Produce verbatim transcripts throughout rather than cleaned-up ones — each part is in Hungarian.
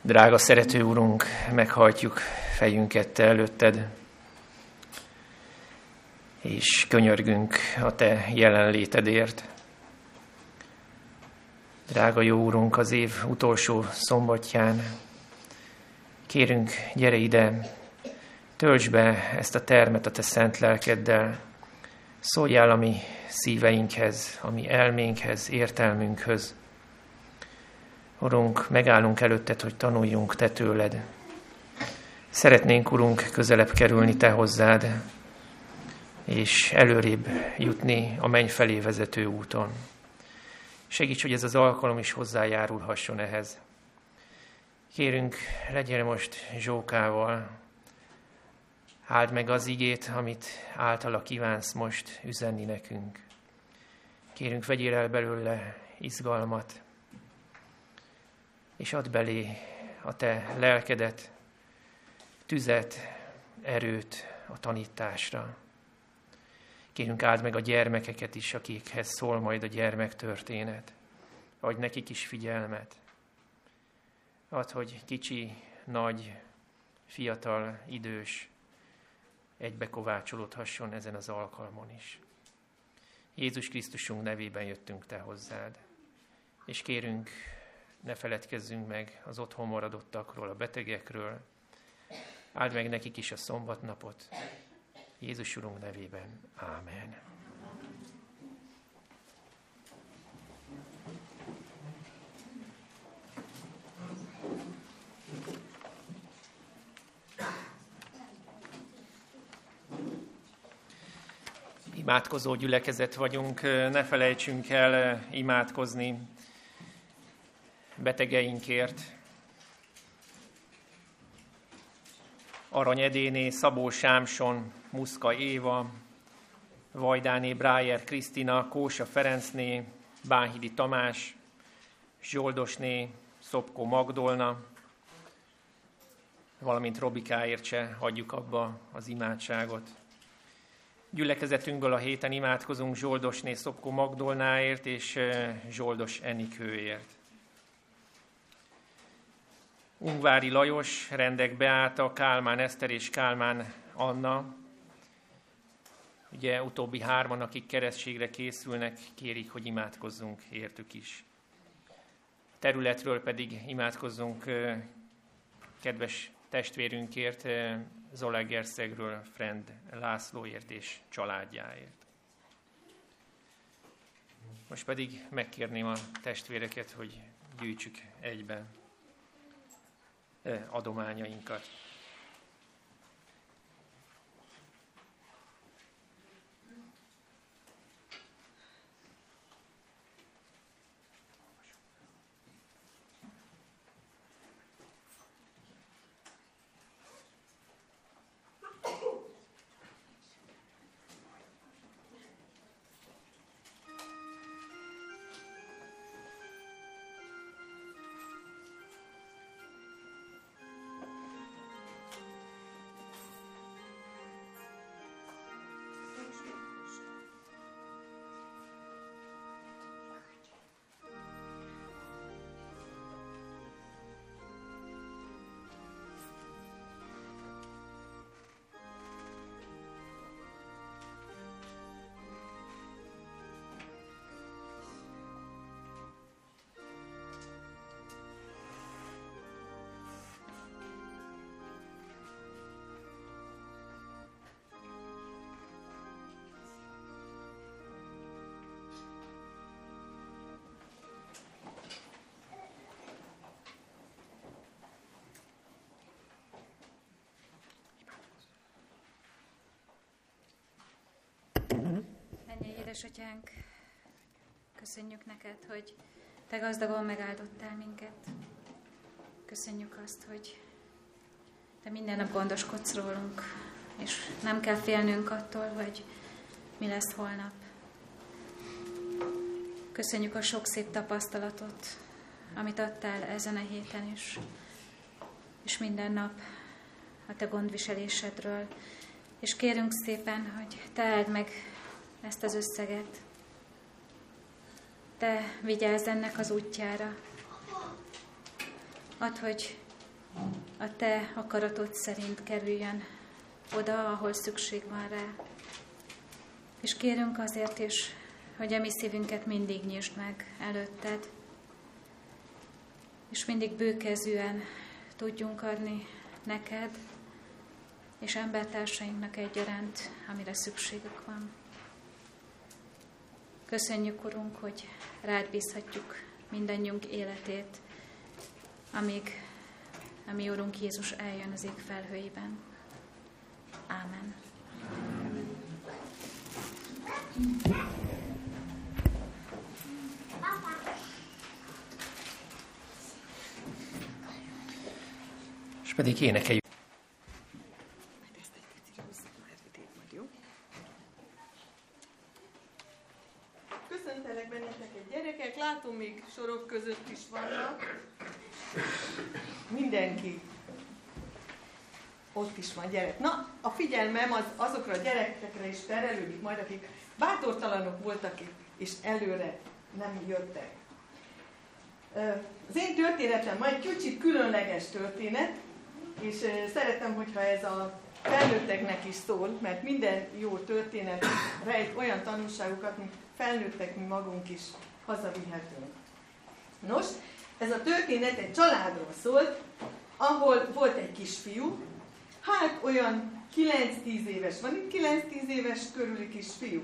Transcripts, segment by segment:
Drága szerető Urunk, meghajtjuk fejünket Te előtted, és könyörgünk a Te jelenlétedért. Drága jó Urunk, az év utolsó szombatján kérünk, gyere ide, töltsd be ezt a termet a Te szent lelkeddel, szóljál a mi szíveinkhez, a mi elménkhez, értelmünkhöz. Urunk, megállunk előtted, hogy tanuljunk Te tőled. Szeretnénk, Urunk, közelebb kerülni Te hozzád, és előrébb jutni a menny felé vezető úton. Segíts, hogy ez az alkalom is hozzájárulhasson ehhez. Kérünk, legyél most Zsókával, áld meg az igét, amit általa kívánsz most üzenni nekünk. Kérünk, vegyél el belőle izgalmat, és add belé a Te lelkedet, tüzet, erőt a tanításra. Kérünk, áld meg a gyermekeket is, akikhez szól majd a gyermektörténet. Adj nekik is figyelmet. Add, hogy kicsi, nagy, fiatal, idős egybekovácsolódhasson ezen az alkalmon is. Jézus Krisztusunk nevében jöttünk Te hozzád, és kérünk, ne feledkezzünk meg az otthon maradottakról, a betegekről. Áld meg nekik is a szombatnapot. Jézus Urunk nevében. Ámen. Imádkozó gyülekezet vagyunk, ne felejtsünk el imádkozni betegeinkért. Arany Edéné, Szabó Sámson, Muszka Éva, Vajdáné Brájer Krisztina, Kósa Ferencné, Bánhidi Tamás, Zsoldosné, Szopkó Magdolna, valamint Robikáért se hagyjuk abba az imádságot. Gyülekezetünkből a héten imádkozunk Zsoldosné Szopkó Magdolnáért és Zsoldos Enikőért. Ungvári Lajos, Rendek Beáta, Kálmán Eszter és Kálmán Anna. Ugye utóbbi hárman, akik keresztségre készülnek, kérik, hogy imádkozzunk értük is. A területről pedig imádkozzunk kedves testvérünkért, Zalaegerszegről, Frend Lászlóért és családjáért. Most pedig megkérném a testvéreket, hogy gyűjtsük egyben adományainkat. Mennyei édesatyánk, köszönjük neked, hogy te gazdagon megáldottál minket. Köszönjük azt, hogy te minden nap gondoskodsz rólunk, és nem kell félnünk attól, hogy mi lesz holnap. Köszönjük a sok szép tapasztalatot, amit adtál ezen a héten is, és minden nap a te gondviselésedről. És kérünk szépen, hogy te áld meg ezt az összeget. Te vigyázz ennek az útjára. Add, hogy a te akaratod szerint kerüljön oda, ahol szükség van rá. És kérünk azért is, hogy a mi szívünket mindig nyisd meg előtted, és mindig bőkezűen tudjunk adni neked, és embertársainknak egyaránt, amire szükségük van. Köszönjük, Urunk, hogy rád bízhatjuk mindannyiunk életét, amíg a mi Urunk Jézus eljön az ég felhőiben. Ámen. És pedig énekeljük. Köszöntelek benneteket, gyerekek, látom, még sorok között is vannak. Mindenki ott is van gyerek. Na, a figyelmem az azokra a gyerekekre is terelődik majd, akik bátortalanok voltak és előre nem jöttek. Az én történetem majd kicsit különleges történet, és szeretem, hogyha ez a felnőtteknek is szól, mert minden jó történet rejt olyan tanulságokat, mint felnőttek mi magunk is hazavihetünk. Nos, ez a történet egy családról szólt, ahol volt egy kisfiú, hát olyan kilenc-tíz éves. Van itt kilenc-tíz éves körüli kisfiú?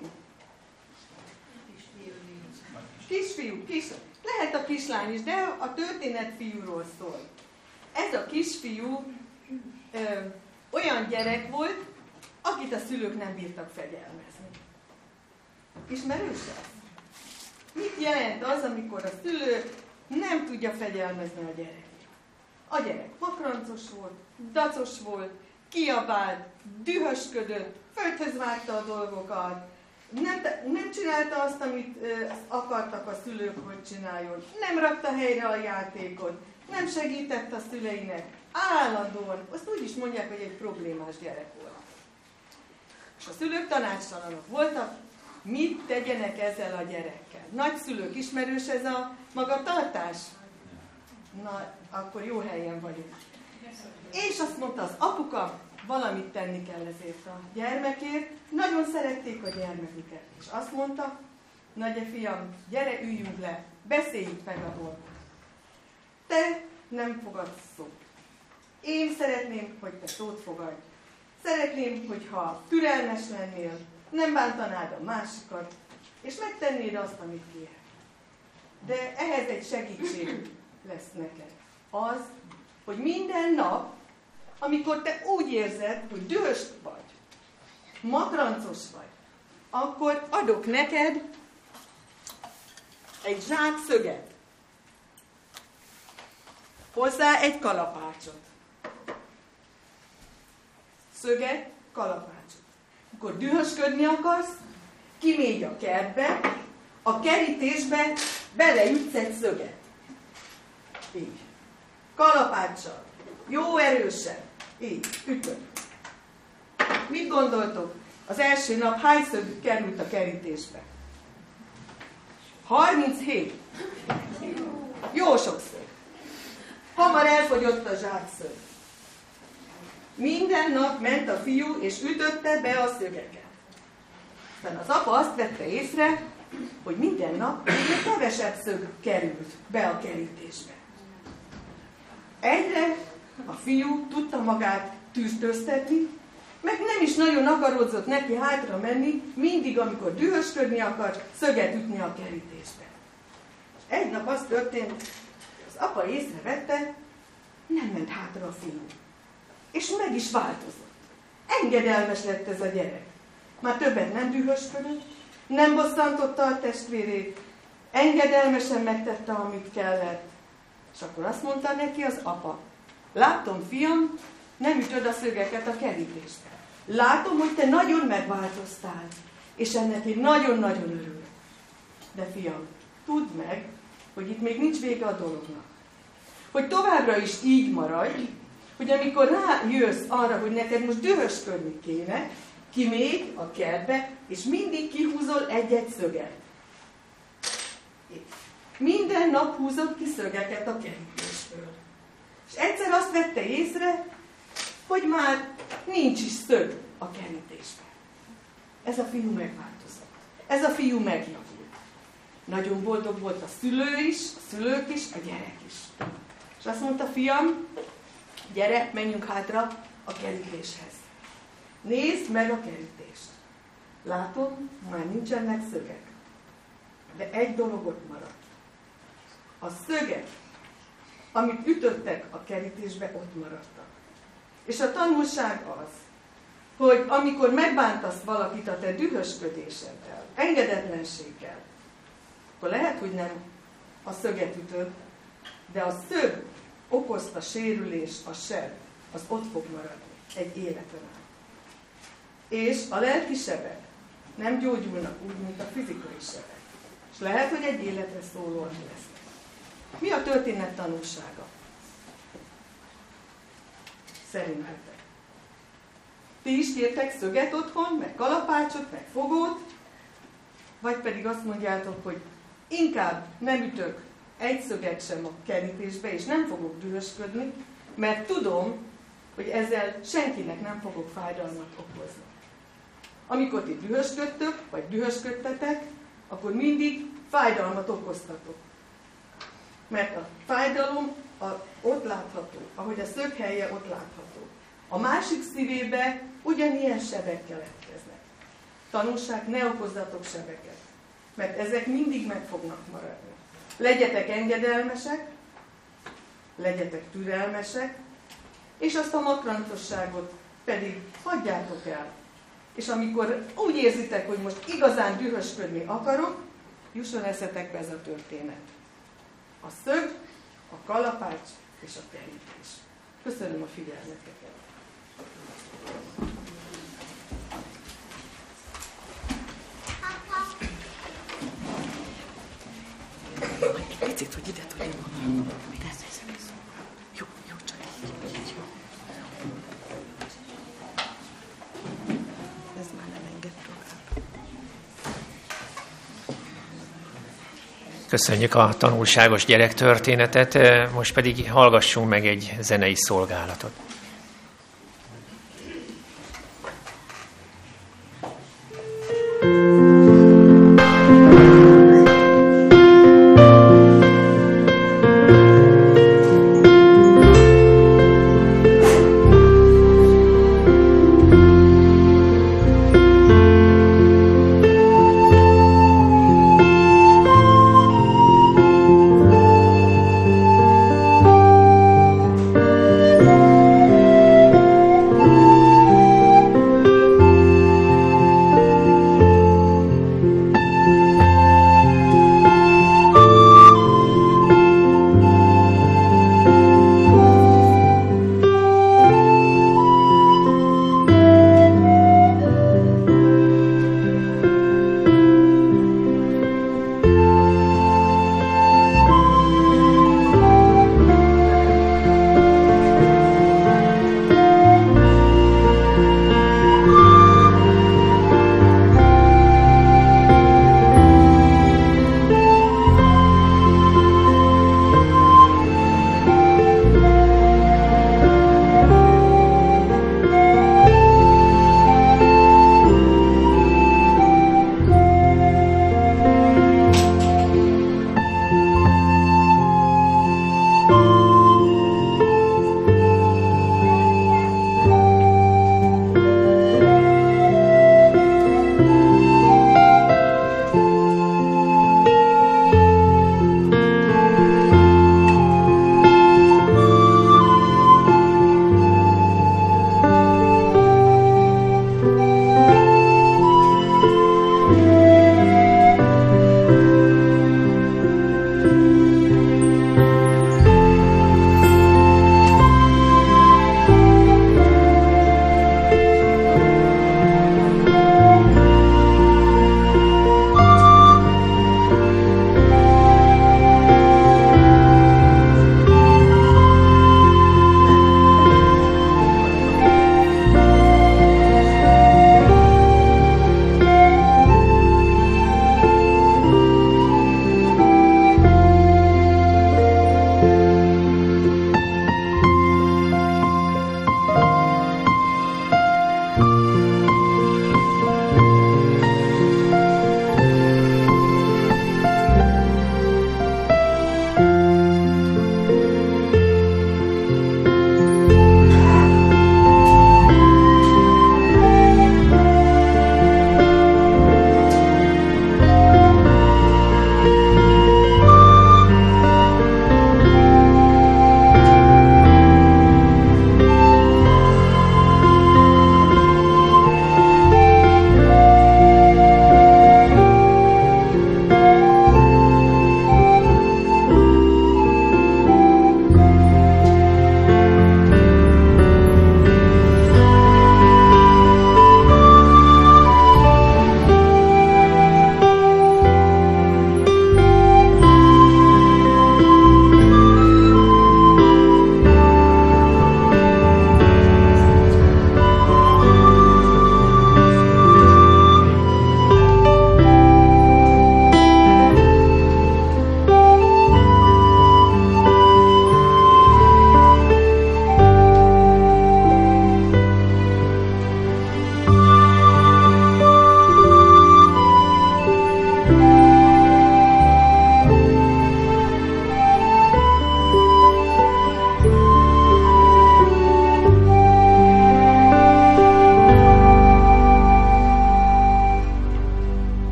Kisfiú, kis, lehet a kislány is, de a történet fiúról szól. Ez a kisfiú ö, olyan gyerek volt, akit a szülők nem bírtak fegyelmezni. Ismerős ez? Mit jelent az, amikor a szülő nem tudja fegyelmezni a gyereket? A gyerek makrancos volt, dacos volt, kiabált, dühösködött, földhöz vágta a dolgokat, nem, nem csinálta azt, amit ö, akartak a szülők, hogy csináljon, nem rakta helyre a játékot, nem segített a szüleinek, állandóan, azt úgy is mondják, hogy egy problémás gyerek volt. És a szülők tanácstalanok voltak, mit tegyenek ezzel a gyerekkel. Nagyszülők, ismerős ez a magatartás? Na, akkor jó helyen vagyunk. És azt mondta az apuka, valamit tenni kell ezért a gyermekért. Nagyon szerették a gyermeküket. És azt mondta, nagye fiam, gyere, üljünk le, beszéljük meg a dolgot. Te nem fogadsz szót. Én szeretném, hogy te szót fogadj. Szeretném, hogyha türelmes lennél, nem bántanád a másikat, és megtennéd azt, amit kér. De ehhez egy segítség lesz neked. Az, hogy minden nap, amikor te úgy érzed, hogy dühös vagy, matrancos vagy, akkor adok neked egy zsák szöget. Hozzá egy kalapácsot. Szöget, kalapácsot. Akkor dühösködni akarsz, kimégy a kertbe, a kerítésbe beleütsz egy szöget. Így. Kalapáccsal. Jó erősen. Így. Ütöd. Mit gondoltok? Az első nap hány szög került a kerítésbe? harminchét. Jó sok szög. Hamar elfogyott a zsákszög. Minden nap ment a fiú, és ütötte be a szögeket. Aztán az apa azt vette észre, hogy minden nap egyre kevesebb szög került be a kerítésbe. Egyre a fiú tudta magát tűztöztetni, meg nem is nagyon akarodzott neki hátra menni, mindig, amikor dühösködni akart, szöget ütni a kerítésbe. És egy nap az történt, az apa észrevette, nem ment hátra a fiú. És meg is változott. Engedelmes lett ez a gyerek. Már többet nem dühösködött, nem bosszantotta a testvérét, engedelmesen megtette, amit kellett. És akkor azt mondta neki az apa, látom, fiam, nem ütöd a szögeket a kerítésbe. Látom, hogy te nagyon megváltoztál, és ennek én nagyon-nagyon örülök. De fiam, tudd meg, hogy itt még nincs vége a dolognak. Hogy továbbra is így maradj, hogy amikor rájössz arra, hogy neked most dühösködni kéne, kimégy a kertbe, és mindig kihúzol egy-egy szöget. Minden nap húzod ki szögeket a kerítésből. És egyszer azt vette észre, hogy már nincs is szög a kerítésben. Ez a fiú megváltozott. Ez a fiú megjavult. Nagyon boldog volt a szülő is, a szülők is, a gyerek is. És azt mondta, fiam, gyere, menjünk hátra a kerítéshez. Nézd meg a kerítést. Látom, már nincsenek szögek. De egy dolog ott maradt. A szögek, amit ütöttek a kerítésbe, ott maradtak. És a tanulság az, hogy amikor megbántasz valakit a te dühösködéseddel, engedetlenséggel, akkor lehet, hogy nem a szöget ütöd, de a szög okozta sérülés, a seb, az ott fog maradni egy életen át. És a lelki sebek nem gyógyulnak úgy, mint a fizikai sebek. És lehet, hogy egy életre szólóan lesznek. Mi a történet tanulsága? Szerintetek. Ti is kértek szöget otthon, meg kalapácsot, meg fogót, vagy pedig azt mondjátok, hogy inkább nem ütök egy szöget sem a kerítésbe, és nem fogok dühösködni, mert tudom, hogy ezzel senkinek nem fogok fájdalmat okozni. Amikor ti dühösködtök, vagy dühösködtetek, akkor mindig fájdalmat okoztatok. Mert a fájdalom a, ott látható, ahogy a szög helye ott látható. A másik szívébe ugyanilyen sebek keletkeznek. Tanulság, ne okozzatok sebeket, mert ezek mindig meg fognak maradni. Legyetek engedelmesek, legyetek türelmesek, és azt a makrantosságot pedig hagyjátok el. És amikor úgy érzitek, hogy most igazán dühösködni akarok, jusson eszetekbe ez a történet. A szög, a kalapács és a kerítés. Köszönöm a figyelmeteket. Egy picit, hogy ide tudjunk. Jó, jó, csak így, így jó. Ez már nem enged tovább. Köszönjük a tanulságos gyerektörténetet, most pedig hallgassunk meg egy zenei szolgálatot. Thank you.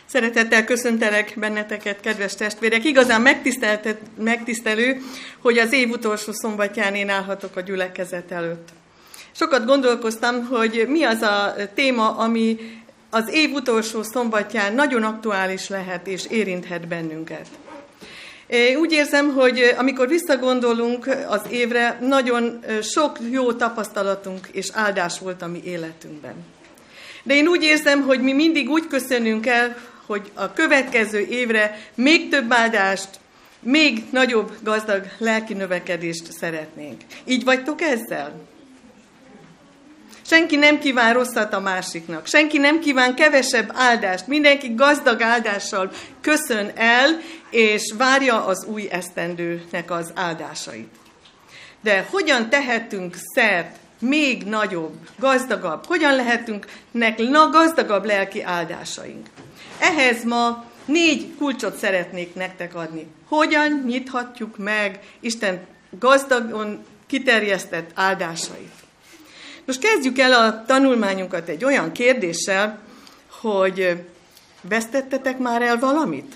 Szeretettel köszöntelek benneteket, kedves testvérek. Igazán megtisztelő, hogy az év utolsó szombatján én állhatok a gyülekezet előtt. Sokat gondolkoztam, hogy mi az a téma, ami az év utolsó szombatján nagyon aktuális lehet és érinthet bennünket. Úgy érzem, hogy amikor visszagondolunk az évre, nagyon sok jó tapasztalatunk és áldás volt a mi életünkben. De én úgy érzem, hogy mi mindig úgy köszönünk el, hogy a következő évre még több áldást, még nagyobb gazdag lelki növekedést szeretnénk. Így vagytok ezzel? Senki nem kíván rosszat a másiknak, senki nem kíván kevesebb áldást, mindenki gazdag áldással köszön el, és várja az új esztendőnek az áldásait. De hogyan tehetünk szert még nagyobb, gazdagabb, hogyan lehetünk nek gazdagabb lelki áldásaink? Ehhez ma négy kulcsot szeretnék nektek adni. Hogyan nyithatjuk meg Isten gazdagon kiterjesztett áldásait? Most kezdjük el a tanulmányunkat egy olyan kérdéssel, hogy vesztettetek már el valamit?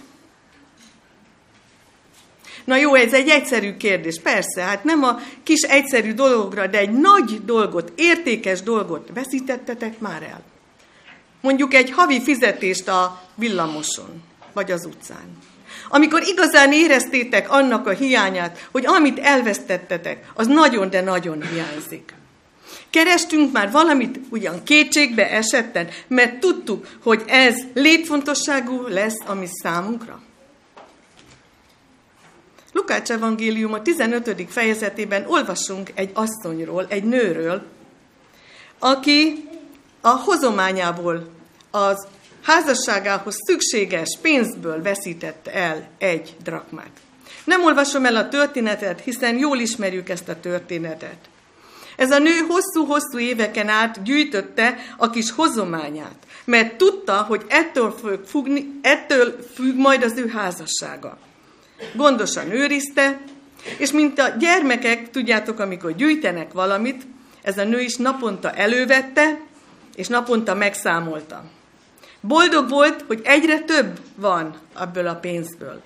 Na jó, ez egy egyszerű kérdés, persze, hát nem a kis egyszerű dologra, de egy nagy dolgot, értékes dolgot veszítettetek már el. Mondjuk egy havi fizetést a villamoson, vagy az utcán. Amikor igazán éreztétek annak a hiányát, hogy amit elvesztettetek, az nagyon, de nagyon hiányzik. Kerestünk már valamit ugyan kétségbe esetten, mert tudtuk, hogy ez létfontosságú lesz a mi számunkra. Lukács evangélium a tizenötödik fejezetében olvasunk egy asszonyról, egy nőről, aki a hozományából, az házasságához szükséges pénzből veszítette el egy drakmát. Nem olvasom el a történetet, hiszen jól ismerjük ezt a történetet. Ez a nő hosszú-hosszú éveken át gyűjtötte a kis hozományát, mert tudta, hogy ettől fog függni, ettől függ majd az ő házassága. Gondosan őrizte, és mint a gyermekek, tudjátok, amikor gyűjtenek valamit, ez a nő is naponta elővette, és naponta megszámolta. Boldog volt, hogy egyre több van ebből a pénzből.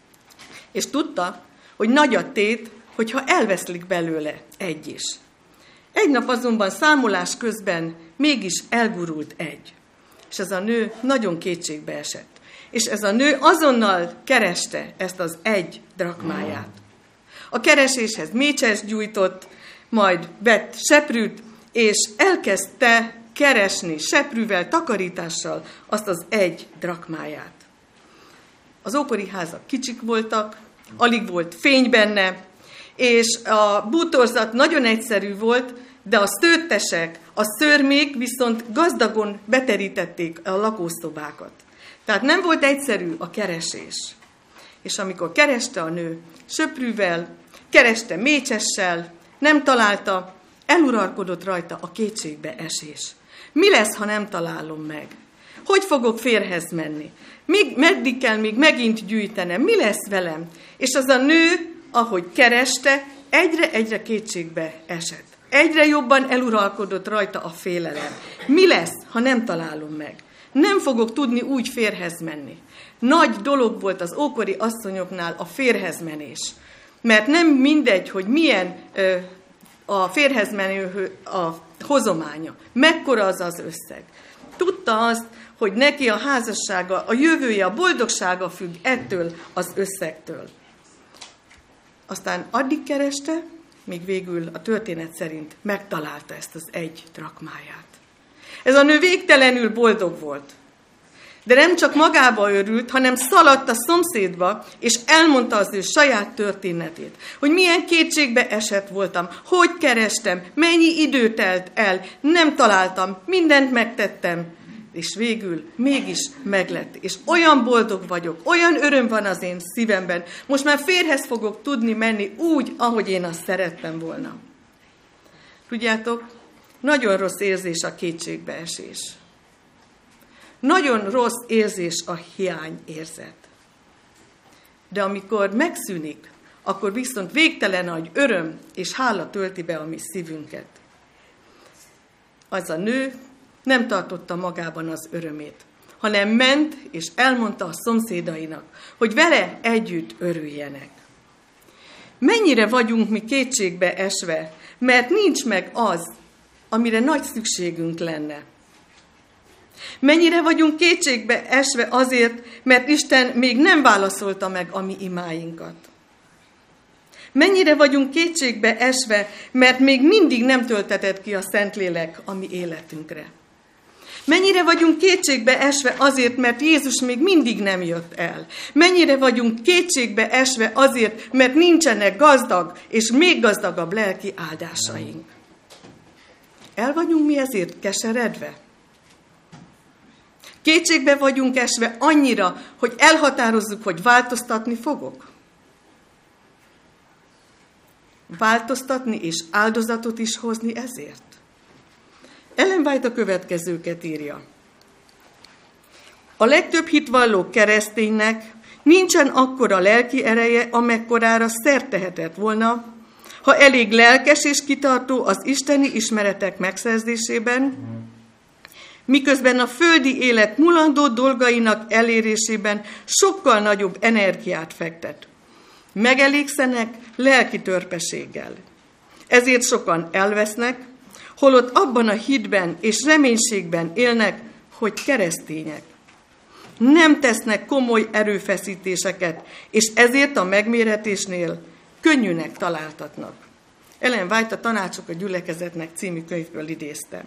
És tudta, hogy nagy a tét, hogyha elveszlik belőle egy is. Egy nap azonban számolás közben mégis elgurult egy. És ez a nő nagyon kétségbe esett. És ez a nő azonnal kereste ezt az egy drakmáját. A kereséshez mécsest gyújtott, majd vett seprűt, és elkezdte keresni seprűvel, takarítással azt az egy drakmáját. Az ókori házak kicsik voltak, alig volt fény benne, és a bútorzat nagyon egyszerű volt, de a szőttesek, a szörmék viszont gazdagon beterítették a lakószobákat. Tehát nem volt egyszerű a keresés. És amikor kereste a nő söprűvel, kereste mécsessel, nem találta, eluralkodott rajta a kétségbe esés. Mi lesz, ha nem találom meg? Hogy fogok férhez menni? Még, meddig kell még megint gyűjtenem? Mi lesz velem? És az a nő, ahogy kereste, egyre-egyre kétségbe esett. Egyre jobban eluralkodott rajta a félelem. Mi lesz, ha nem találom meg? Nem fogok tudni úgy férhez menni. Nagy dolog volt az ókori asszonyoknál a férhezmenés. Mert nem mindegy, hogy milyen ö, a férhezmenő a hozománya. Mekkora az az összeg. Tudta azt, hogy neki a házassága, a jövője, a boldogsága függ ettől az összegtől. Aztán addig kereste, míg végül a történet szerint megtalálta ezt az egy drakmáját. Ez a nő végtelenül boldog volt. De nem csak magába örült, hanem szaladt a szomszédba, és elmondta az ő saját történetét. Hogy milyen kétségbe esett voltam, hogy kerestem, mennyi idő telt el, nem találtam, mindent megtettem, és végül mégis meglett. És olyan boldog vagyok, olyan öröm van az én szívemben. Most már férhez fogok tudni menni úgy, ahogy én azt szerettem volna. Tudjátok, nagyon rossz érzés a kétségbeesés. Nagyon rossz érzés a hiányérzet. De amikor megszűnik, akkor viszont végtelen nagy öröm és hála tölti be a mi szívünket. Az a nő nem tartotta magában az örömét, hanem ment és elmondta a szomszédainak, hogy vele együtt örüljenek. Mennyire vagyunk mi kétségbe esve, mert nincs meg az, amire nagy szükségünk lenne. Mennyire vagyunk kétségbe esve azért, mert Isten még nem válaszolta meg a mi imáinkat. Mennyire vagyunk kétségbe esve, mert még mindig nem töltetett ki a Szentlélek a mi életünkre. Mennyire vagyunk kétségbe esve azért, mert Jézus még mindig nem jött el. Mennyire vagyunk kétségbe esve azért, mert nincsenek gazdag és még gazdagabb lelki áldásaink. El vagyunk mi ezért keseredve? Kétségbe vagyunk esve annyira, hogy elhatározzuk, hogy változtatni fogok? Változtatni és áldozatot is hozni ezért? Ellen White a következőket írja. A legtöbb hitvalló kereszténynek nincsen akkora lelki ereje, amekkorára szert tehetett volna, ha elég lelkes és kitartó az isteni ismeretek megszerzésében, miközben a földi élet mulandó dolgainak elérésében sokkal nagyobb energiát fektet. Megelégszenek lelki törpeséggel. Ezért sokan elvesznek, holott abban a hitben és reménységben élnek, hogy keresztények. Nem tesznek komoly erőfeszítéseket, és ezért a megméretésnél könnyűnek találtatnak. Ellen White a Tanácsok a gyülekezetnek című könyvből idéztem.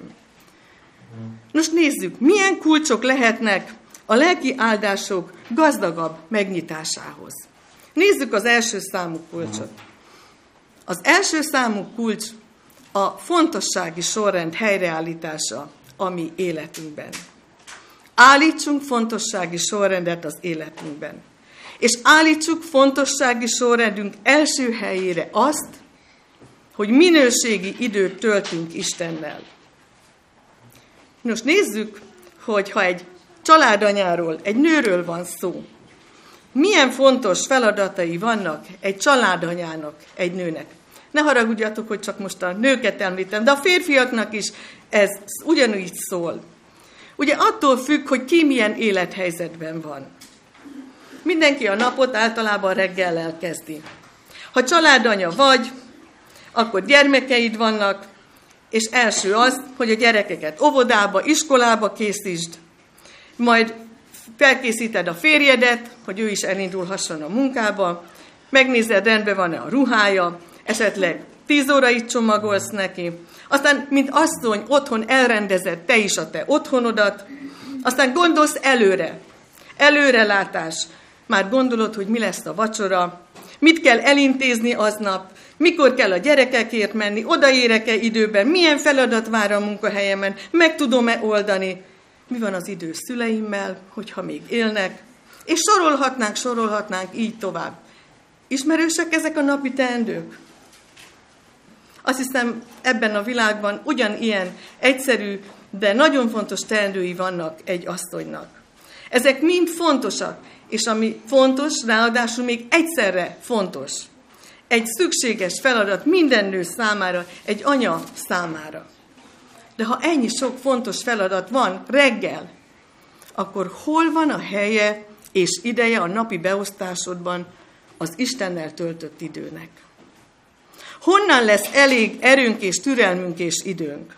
Nos, nézzük, milyen kulcsok lehetnek a lelki áldások gazdagabb megnyitásához. Nézzük az első számú kulcsot. Az első számú kulcs a fontossági sorrend helyreállítása a mi életünkben. Állítsunk fontossági sorrendet az életünkben. És állítsuk fontossági sorrendünk első helyére azt, hogy minőségi időt töltünk Istennel. Nos, nézzük, hogy ha egy családanyáról, egy nőről van szó, milyen fontos feladatai vannak egy családanyának, egy nőnek. Ne haragudjatok, hogy csak most a nőket említem, de a férfiaknak is ez ugyanúgy szól. Ugye attól függ, hogy ki milyen élethelyzetben van. Mindenki a napot általában reggellel kezdi. Ha családanya vagy, akkor gyermekeid vannak, és első az, hogy a gyerekeket óvodába, iskolába készítsd, majd felkészíted a férjedet, hogy ő is elindulhasson a munkába, megnézed, rendben van-e a ruhája, esetleg tíz órait csomagolsz neki, aztán, mint asszony, otthon elrendezed te is a te otthonodat, aztán gondolsz előre, előrelátás, már gondolod, hogy mi lesz a vacsora, mit kell elintézni aznap, mikor kell a gyerekekért menni, odaérek-e időben, milyen feladat vár a munkahelyemen, meg tudom-e oldani, mi van az idő szüleimmel, hogyha még élnek, és sorolhatnánk, sorolhatnánk így tovább. Ismerősek ezek a napi teendők? Azt hiszem, ebben a világban ugyanilyen egyszerű, de nagyon fontos teendői vannak egy asszonynak. Ezek mind fontosak, és ami fontos, ráadásul még egyszerre fontos. Egy szükséges feladat minden nő számára, egy anya számára. De ha ennyi sok fontos feladat van reggel, akkor hol van a helye és ideje a napi beosztásodban az Istennel töltött időnek? Honnan lesz elég erőnk és türelmünk és időnk?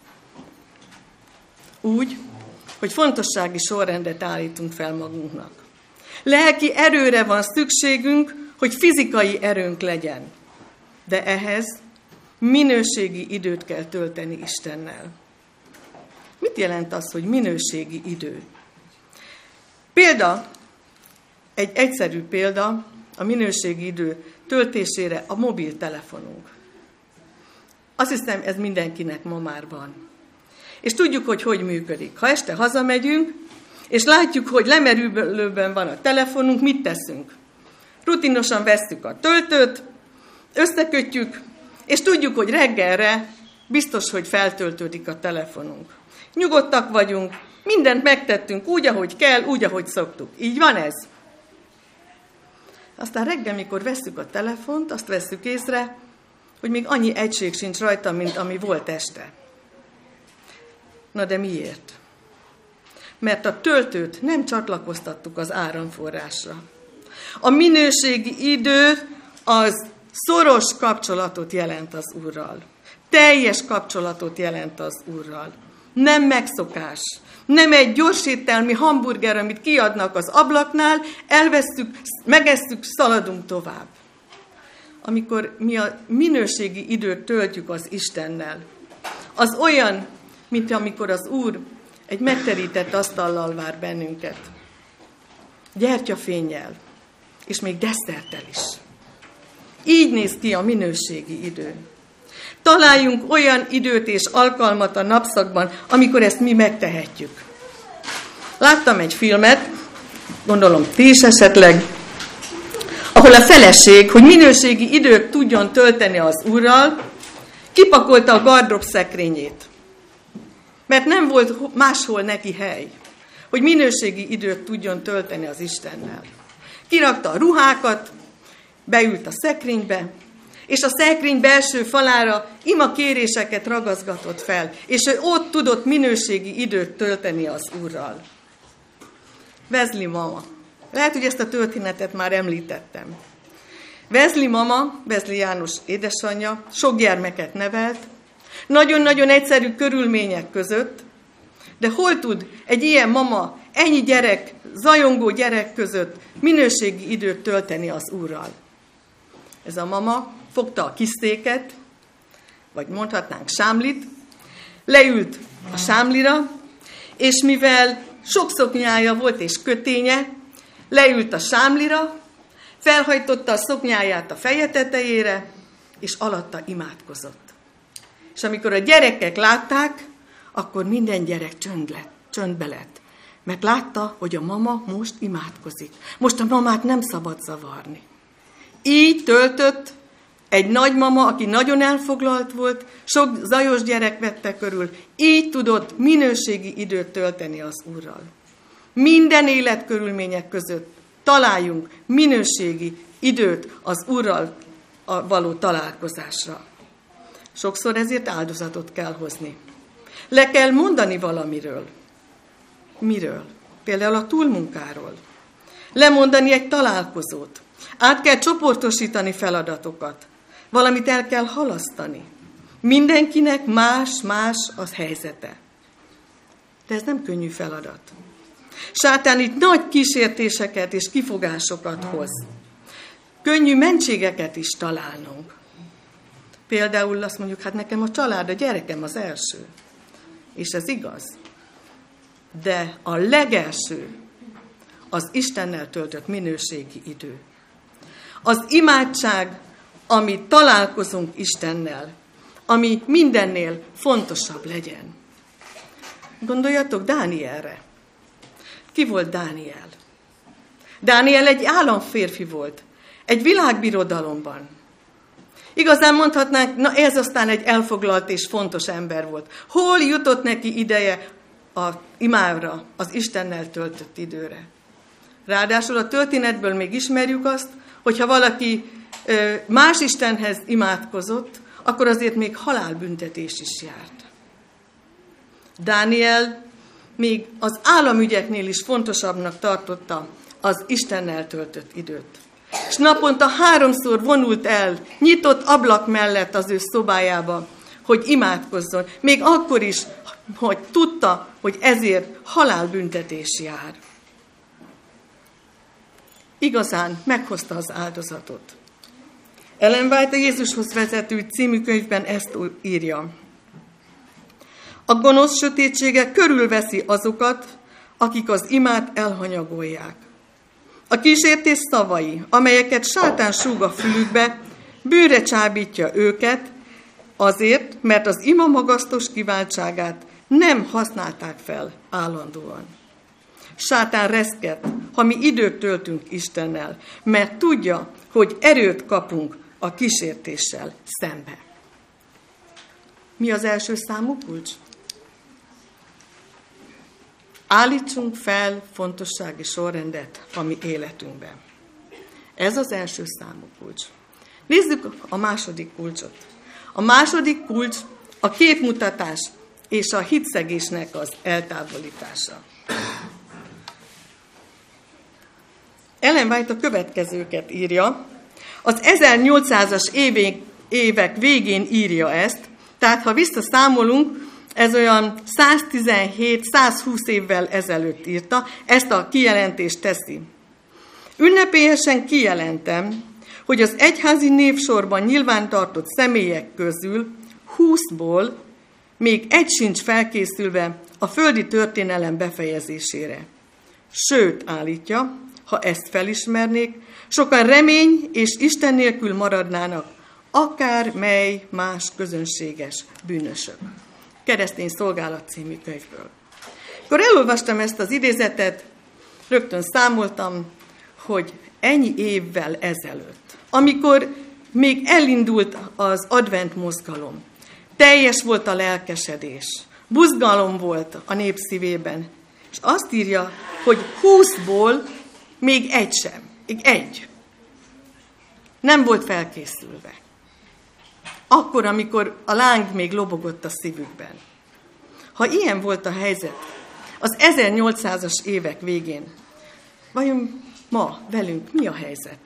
Úgy, hogy fontossági sorrendet állítunk fel magunknak. Lelki erőre van szükségünk, hogy fizikai erőnk legyen. De ehhez minőségi időt kell tölteni Istennel. Mit jelent az, hogy minőségi idő? Példa, egy egyszerű példa a minőségi idő töltésére a mobiltelefonunk. Azt hiszem, ez mindenkinek ma már van. És tudjuk, hogy hogy működik. Ha este hazamegyünk, és látjuk, hogy lemerülőben van a telefonunk, mit teszünk? Rutinosan vesszük a töltőt, összekötjük, és tudjuk, hogy reggelre biztos, hogy feltöltődik a telefonunk. Nyugodtak vagyunk, mindent megtettünk úgy, ahogy kell, úgy, ahogy szoktuk. Így van ez? Aztán reggel, mikor vesszük a telefont, azt vesszük észre, hogy még annyi egység sincs rajta, mint ami volt este. Na de miért? mert a töltőt nem csatlakoztattuk az áramforrásra. A minőségi idő az szoros kapcsolatot jelent az Úrral. Teljes kapcsolatot jelent az Úrral. Nem megszokás. Nem egy gyorséttelmi hamburger, amit kiadnak az ablaknál, elvesszük, megesszük, szaladunk tovább. Amikor mi a minőségi időt töltjük az Istennel, az olyan, mint amikor az Úr egy megterített asztallal vár bennünket. Gyertyafénnyel, és még desszerttel is. Így néz ki a minőségi idő. Találjunk olyan időt és alkalmat a napszakban, amikor ezt mi megtehetjük. Láttam egy filmet, gondolom ti is esetleg, ahol a feleség, hogy minőségi időt tudjon tölteni az Úrral, kipakolta a gardrób szekrényét. Mert nem volt máshol neki hely, hogy minőségi időt tudjon tölteni az Istennel. Kirakta a ruhákat, beült a szekrénybe, és a szekrény belső falára ima kéréseket ragaszgatott fel, és ő ott tudott minőségi időt tölteni az Úrral. Wesley mama. Lehet, hogy ezt a történetet már említettem. Wesley mama, Wesley János édesanyja, sok gyermeket nevelt, nagyon-nagyon egyszerű körülmények között, de hol tud egy ilyen mama, ennyi gyerek, zajongó gyerek között minőségi időt tölteni az Úrral? Ez a mama fogta a kisztéket, vagy mondhatnánk sámlit, leült a sámlira, és mivel sok szoknyája volt és köténye, leült a sámlira, felhajtotta a szoknyáját a feje tetejére, és alatta imádkozott. És amikor a gyerekek látták, akkor minden gyerek csönd lett, csöndbe lett, mert látta, hogy a mama most imádkozik. Most a mamát nem szabad zavarni. Így töltött egy nagymama, aki nagyon elfoglalt volt, sok zajos gyerek vette körül, így tudott minőségi időt tölteni az Úrral. Minden életkörülmények között találjunk minőségi időt az Úrral való találkozásra. Sokszor ezért áldozatot kell hozni. Le kell mondani valamiről. Miről? Például a túlmunkáról. Lemondani egy találkozót. Át kell csoportosítani feladatokat. Valamit el kell halasztani. Mindenkinek más-más az helyzete. De ez nem könnyű feladat. Sátán itt nagy kísértéseket és kifogásokat hoz. Könnyű mentségeket is találnunk. Például azt mondjuk, hát nekem a család, a gyerekem az első. És ez igaz. De a legelső az Istennel töltött minőségi idő. Az imádság, ami találkozunk Istennel, ami mindennél fontosabb legyen. Gondoljatok Dánielre. Ki volt Dániel? Dániel egy államférfi volt, egy világbirodalomban. Igazán mondhatnánk, na ez aztán egy elfoglalt és fontos ember volt. Hol jutott neki ideje a imára, az Istennel töltött időre? Ráadásul a történetből még ismerjük azt, hogyha valaki más Istenhez imádkozott, akkor azért még halálbüntetés is járt. Dániel még az államügyeknél is fontosabbnak tartotta az Istennel töltött időt. És naponta háromszor vonult el, nyitott ablak mellett az ő szobájába, hogy imádkozzon. Még akkor is, hogy tudta, hogy ezért halálbüntetés jár. Igazán meghozta az áldozatot. Ellen White a Jézushoz vezető című könyvben ezt írja. A gonosz sötétsége körülveszi azokat, akik az imát elhanyagolják. A kísértés szavai, amelyeket sátán súg a fülükbe, bűnre csábítja őket, azért, mert az ima magasztos kiváltságát nem használták fel állandóan. Sátán reszket, ha mi időt töltünk Istennel, mert tudja, hogy erőt kapunk a kísértéssel szembe. Mi az első számú kulcs? Állítsunk fel fontossági sorrendet a mi életünkben. Ez az első számú kulcs. Nézzük a második kulcsot. A második kulcs a képmutatás és a hitszegésnek az eltávolítása. Ellen White a következőket írja. Az ezernyolcszázas évek, évek végén írja ezt, tehát ha visszaszámolunk, ez olyan száztizenhét-százhúsz évvel ezelőtt írta, ezt a kijelentést teszi. Ünnepélyesen kijelentem, hogy az egyházi névsorban nyilvántartott személyek közül húszból még egy sincs felkészülve a földi történelem befejezésére. Sőt, állítja, ha ezt felismernék, sokan remény és Isten nélkül maradnának, akár mely más közönséges bűnösök. Keresztény Szolgálat című könyvből. Akkor elolvastam ezt az idézetet, rögtön számoltam, hogy ennyi évvel ezelőtt, amikor még elindult az advent mozgalom, teljes volt a lelkesedés, buzgalom volt a nép szívében, és azt írja, hogy húszból még egy sem, még egy nem volt felkészülve. Akkor, amikor a láng még lobogott a szívükben. Ha ilyen volt a helyzet az ezernyolcszázas évek végén, vajon ma velünk mi a helyzet?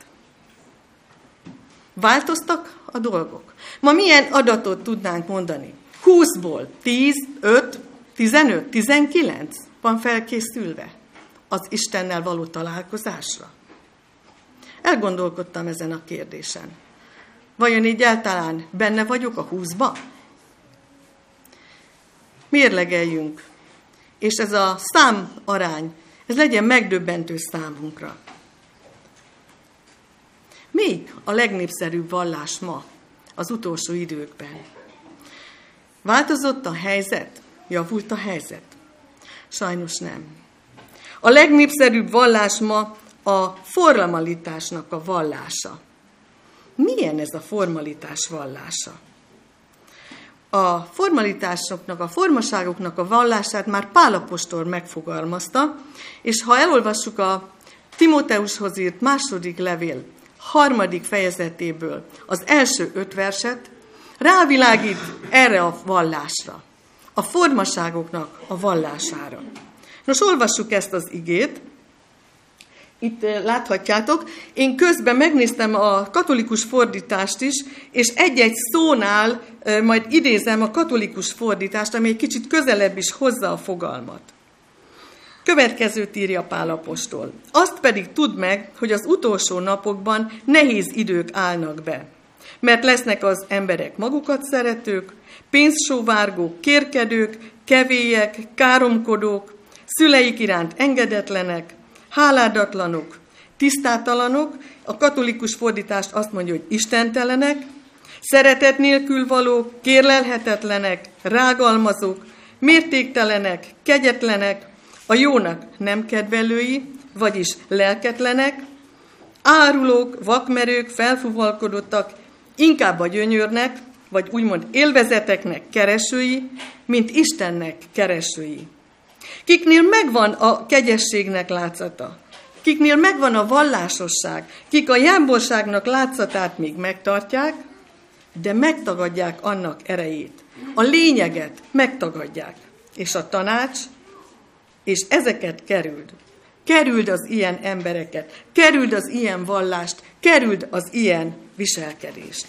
Változtak a dolgok? Ma milyen adatot tudnánk mondani? húszból tíz, öt, tizenöt, tizenkilenc van felkészülve az Istennel való találkozásra? Elgondolkodtam ezen a kérdésen. Vajon egyáltalán benne vagyok a húszban? Mérlegeljünk, és ez a számarány, ez legyen megdöbbentő számunkra. Melyik a legnépszerűbb vallás ma, az utolsó időkben? Változott a helyzet? Javult a helyzet? Sajnos nem. A legnépszerűbb vallás ma a formalitásnak a vallása. Milyen ez a formalitás vallása? A formalitásoknak, a formaságoknak a vallását már Pál apostol megfogalmazta, és ha elolvassuk a Timóteushoz írt második levél harmadik fejezetéből az első öt verset, rávilágít erre a vallásra, a formaságoknak a vallására. Nos, olvassuk ezt az igét. Itt láthatjátok, én közben megnéztem a katolikus fordítást is, és egy-egy szónál majd idézem a katolikus fordítást, ami egy kicsit közelebb is hozza a fogalmat. Következőt írja Pál apostol. Azt pedig tudd meg, hogy az utolsó napokban nehéz idők állnak be. Mert lesznek az emberek magukat szeretők, pénzsóvárgók, kérkedők, kevélyek, káromkodók, szüleik iránt engedetlenek, háládatlanok, tisztátalanok, a katolikus fordítást azt mondja, hogy istentelenek, szeretet nélkül valók, kérlelhetetlenek, rágalmazók, mértéktelenek, kegyetlenek, a jónak nem kedvelői, vagyis lelketlenek, árulók, vakmerők, felfúvalkodottak, inkább a gyönyörnek, vagy úgymond élvezeteknek keresői, mint Istennek keresői. Kiknél megvan a kegyességnek látszata, kiknél megvan a vallásosság, kik a jámborságnak látszatát még megtartják, de megtagadják annak erejét. A lényeget megtagadják. És a tanács, és ezeket kerüld. Kerüld az ilyen embereket, kerüld az ilyen vallást, kerüld az ilyen viselkedést.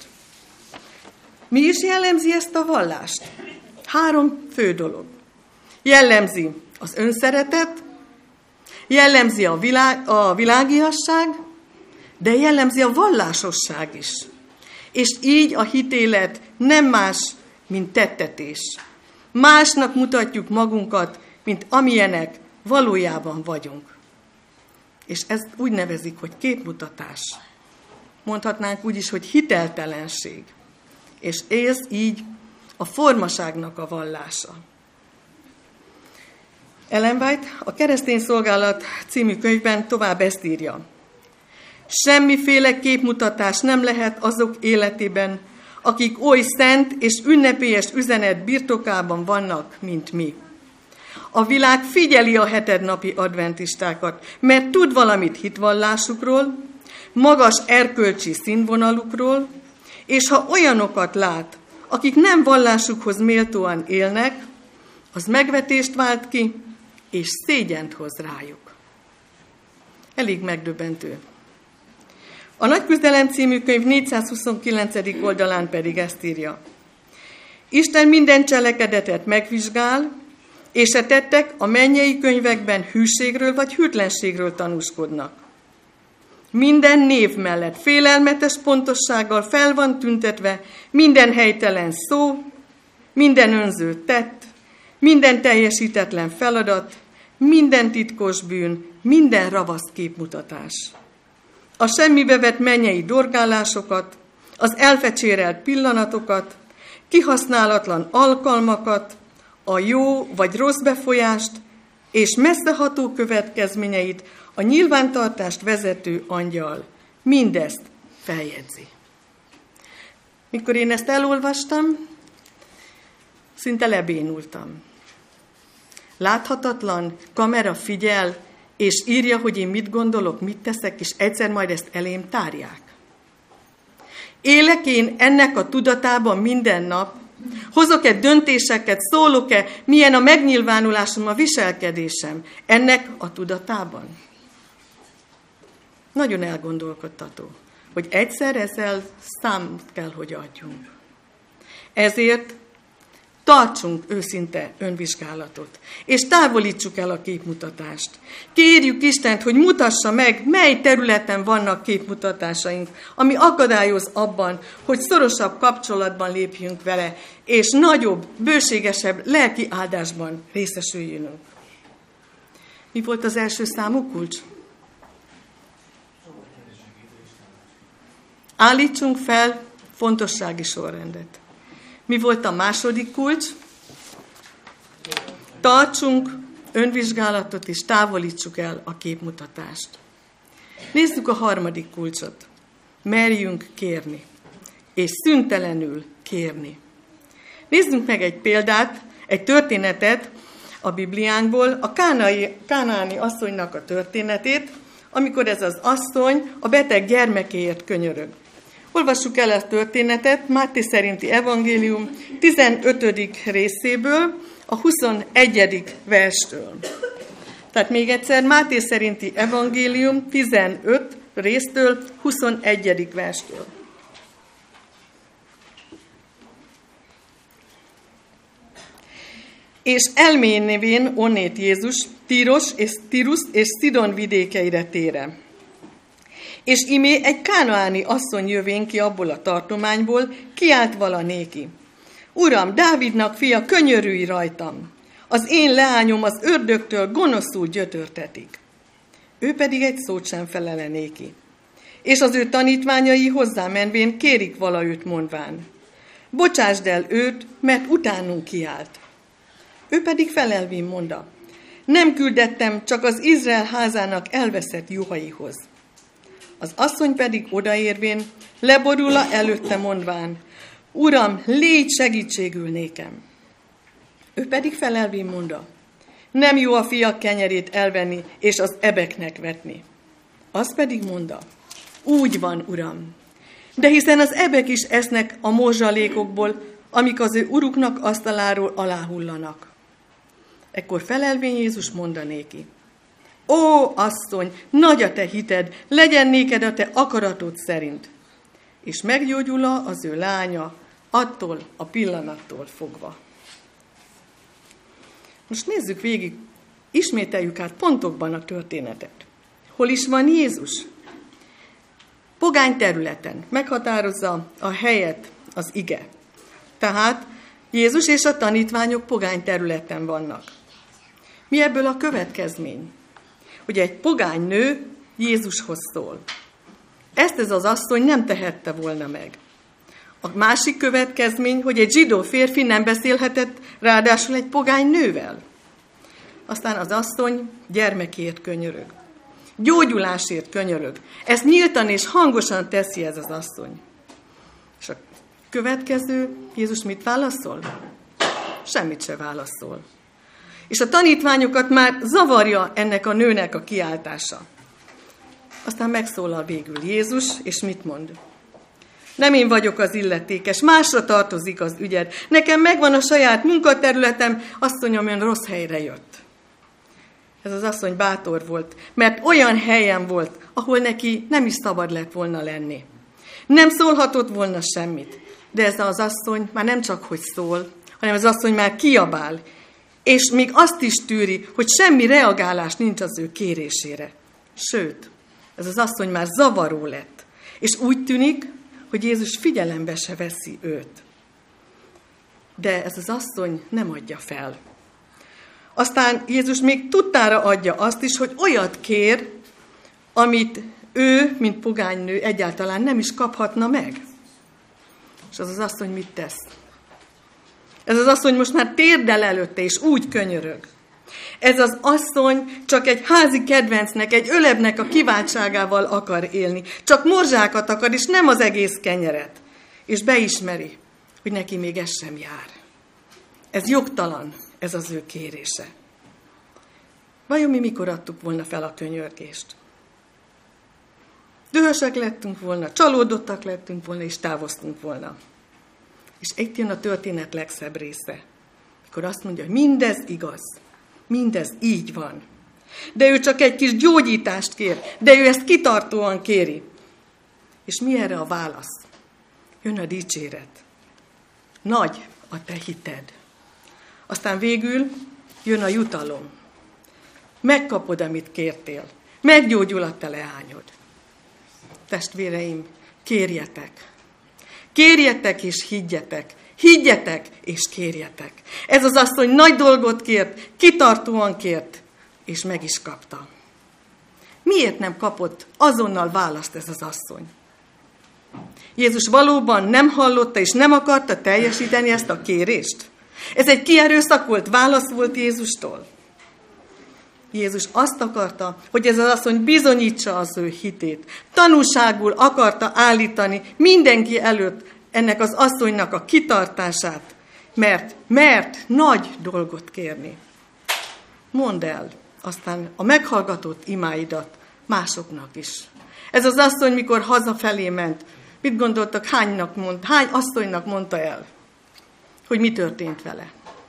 Mi is jellemzi ezt a vallást? Három fő dolog. Jellemzi az önszeretet, jellemzi a, világ, a világiasság, de jellemzi a vallásosság is. És így a hitélet nem más, mint tettetés. Másnak mutatjuk magunkat, mint amilyenek valójában vagyunk. És ezt úgy nevezik, hogy képmutatás. Mondhatnánk úgy is, hogy hiteltelenség. És ez így a formaságnak a vallása. Ellen White a Keresztény Szolgálat című könyvben tovább ezt írja. Semmiféle képmutatás nem lehet azok életében, akik oly szent és ünnepélyes üzenet birtokában vannak, mint mi. A világ figyeli a hetednapi adventistákat, mert tud valamit hitvallásukról, magas erkölcsi színvonalukról, és ha olyanokat lát, akik nem vallásukhoz méltóan élnek, az megvetést vált ki, és szégyent hoz rájuk. Elég megdöbbentő. A Nagy küzdelem című könyv négyszázhuszonkilencedik oldalán pedig ezt írja. Isten minden cselekedetet megvizsgál, és a tettek a mennyei könyvekben hűségről vagy hűtlenségről tanúskodnak. Minden név mellett félelmetes pontossággal fel van tüntetve minden helytelen szó, minden önző tett, minden teljesítetlen feladat, minden titkos bűn, minden ravasz képmutatás. A semmibe vett mennyei dorgálásokat, az elfecsérelt pillanatokat, kihasználatlan alkalmakat, a jó vagy rossz befolyást és messzeható következményeit a nyilvántartást vezető angyal mindezt feljegyzi. Mikor én ezt elolvastam, szinte lebénultam. Láthatatlan kamera figyel, és írja, hogy én mit gondolok, mit teszek, és egyszer majd ezt elém tárják. Élek én ennek a tudatában minden nap, hozok-e döntéseket, szólok-e, milyen a megnyilvánulásom, a viselkedésem ennek a tudatában? Nagyon elgondolkodtató, hogy egyszer ezzel számot kell, hogy adjunk. Ezért tartsunk őszinte önvizsgálatot, és távolítsuk el a képmutatást. Kérjük Istent, hogy mutassa meg, mely területen vannak képmutatásaink, ami akadályoz abban, hogy szorosabb kapcsolatban lépjünk vele, és nagyobb, bőségesebb lelki áldásban részesüljünk. Mi volt az első számú kulcs? Állítsunk fel fontossági sorrendet. Mi volt a második kulcs? Tartsunk önvizsgálatot és távolítsuk el a képmutatást. Nézzük a harmadik kulcsot. Merjünk kérni, és szüntelenül kérni. Nézzünk meg egy példát, egy történetet a Bibliánkból, a kánai, kánaáni asszonynak a történetét, amikor ez az asszony a beteg gyermekéért könyörög. Olvassuk el a történetet Máté szerinti evangélium tizenötödik részéből, a huszonegyedik verstől. Tehát még egyszer, Máté szerinti evangélium tizenöt résztől, huszonegyedik verstől. És elménvén onnét Jézus Tíros és Tirus és Szidon vidékeire tére. És imé egy kánaáni asszony jövén ki abból a tartományból, kiált vala néki. Uram, Dávidnak fia, könyörülj rajtam! Az én leányom az ördögtől gonoszul gyötörtetik. Ő pedig egy szót sem felele néki. És az ő tanítványai hozzámenvén kérik vala őt mondván. Bocsásd el őt, mert utánunk kiált. Ő pedig felelvén mondta. Nem küldettem csak az Izrael házának elveszett juhaihoz. Az asszony pedig odaérvén leborul előtte mondván, Uram, légy segítségül nékem. Ő pedig felelvén mondta, nem jó a fiak kenyerét elvenni és az ebeknek vetni. Az pedig mondta, úgy van, Uram, de hiszen az ebek is esznek a morzsalékokból, amik az ő uruknak asztaláról aláhullanak. Ekkor felelvén Jézus mondanéki, ó, asszony, nagy a te hited, legyen néked a te akaratod szerint. És meggyógyul az ő lánya attól a pillanattól fogva. Most nézzük végig, ismételjük át pontokban a történetet. Hol is van Jézus? Pogány területen meghatározza a helyet az ige. Tehát Jézus és a tanítványok pogány területen vannak. Mi ebből a következmény? Hogy egy pogány nő Jézushoz szól. Ezt ez az asszony nem tehette volna meg. A másik következmény, hogy egy zsidó férfi nem beszélhetett ráadásul egy pogány nővel. Aztán az asszony gyermekért könyörög. Gyógyulásért könyörög. Ezt nyíltan és hangosan teszi ez az asszony. És a következő, Jézus mit válaszol? Semmit se válaszol. És a tanítványokat már zavarja ennek a nőnek a kiáltása. Aztán megszólal végül Jézus, és mit mond? Nem én vagyok az illetékes, másra tartozik az ügyed. Nekem megvan a saját munkaterületem, asszonyom, ön rossz helyre jött. Ez az asszony bátor volt, mert olyan helyen volt, ahol neki nem is szabad lett volna lenni. Nem szólhatott volna semmit, de ez az asszony már nem csak hogy szól, hanem az asszony már kiabál, és még azt is tűri, hogy semmi reagálás nincs az ő kérésére. Sőt, ez az asszony már zavaró lett, és úgy tűnik, hogy Jézus figyelembe se veszi őt. De ez az asszony nem adja fel. Aztán Jézus még tudtára adja azt is, hogy olyat kér, amit ő, mint pogánynő egyáltalán nem is kaphatna meg. És az az asszony mit tesz? Ez az asszony most már térdel előtte, és úgy könyörög. Ez az asszony csak egy házi kedvencnek, egy ölebnek a kiváltságával akar élni. Csak morzsákat akar, és nem az egész kenyeret. És beismeri, hogy neki még ez sem jár. Ez jogtalan, ez az ő kérése. Vajon mi mikor adtuk volna fel a könyörgést? Dühösek lettünk volna, csalódottak lettünk volna, és távoztunk volna. És itt jön a történet legszebb része, mikor azt mondja, hogy mindez igaz, mindez így van. De ő csak egy kis gyógyítást kér, de ő ezt kitartóan kéri. És mi erre a válasz? Jön a dicséret. Nagy a te hited. Aztán végül jön a jutalom. Megkapod, amit kértél. Meggyógyul a te leányod. Testvéreim, kérjetek. Kérjetek és higgyetek. Higgyetek és kérjetek. Ez az asszony nagy dolgot kért, kitartóan kért, és meg is kapta. Miért nem kapott azonnal választ ez az asszony? Jézus valóban nem hallotta és nem akarta teljesíteni ezt a kérést? Ez egy kierőszakolt válasz volt Jézustól? Jézus azt akarta, hogy ez az asszony bizonyítsa az ő hitét. Tanúságul akarta állítani mindenki előtt ennek az asszonynak a kitartását, mert, mert nagy dolgot kérni. Mondd el aztán a meghallgatott imáidat másoknak is. Ez az asszony, mikor hazafelé ment, mit gondoltak, hánynak mond, hány asszonynak mondta el, hogy mi történt vele?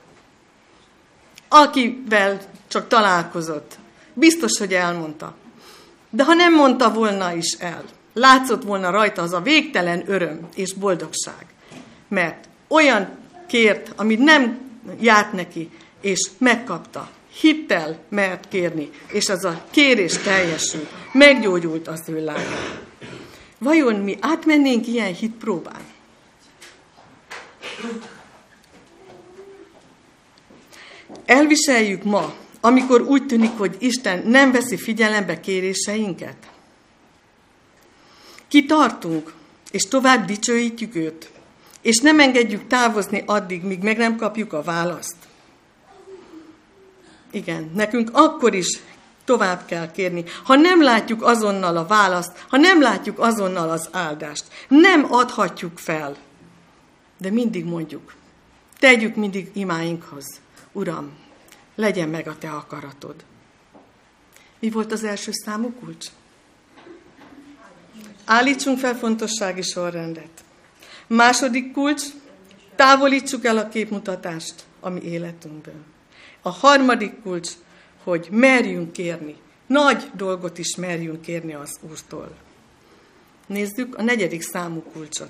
Akivel csak találkozott, biztos, hogy elmondta. De ha nem mondta volna is el, látszott volna rajta az a végtelen öröm és boldogság. Mert olyan kért, amit nem járt neki, és megkapta. Hittel mert kérni, és az a kérés teljesült. Meggyógyult az ő lánya. Vajon mi átmennénk ilyen hitpróbán? Elviseljük ma, amikor úgy tűnik, hogy Isten nem veszi figyelembe kéréseinket? Kitartunk, és tovább dicsőítjük őt, és nem engedjük távozni addig, míg meg nem kapjuk a választ? Igen, nekünk akkor is tovább kell kérni, ha nem látjuk azonnal a választ, ha nem látjuk azonnal az áldást. Nem adhatjuk fel, de mindig mondjuk, tegyük mindig imáinkhoz. Uram, legyen meg a te akaratod. Mi volt az első számú kulcs? Állítsunk fel fontossági sorrendet. Második kulcs, távolítsuk el a képmutatást a mi életünkből. A harmadik kulcs, hogy merjünk kérni. Nagy dolgot is merjünk kérni az Úrtól. Nézzük a negyedik számú kulcsot.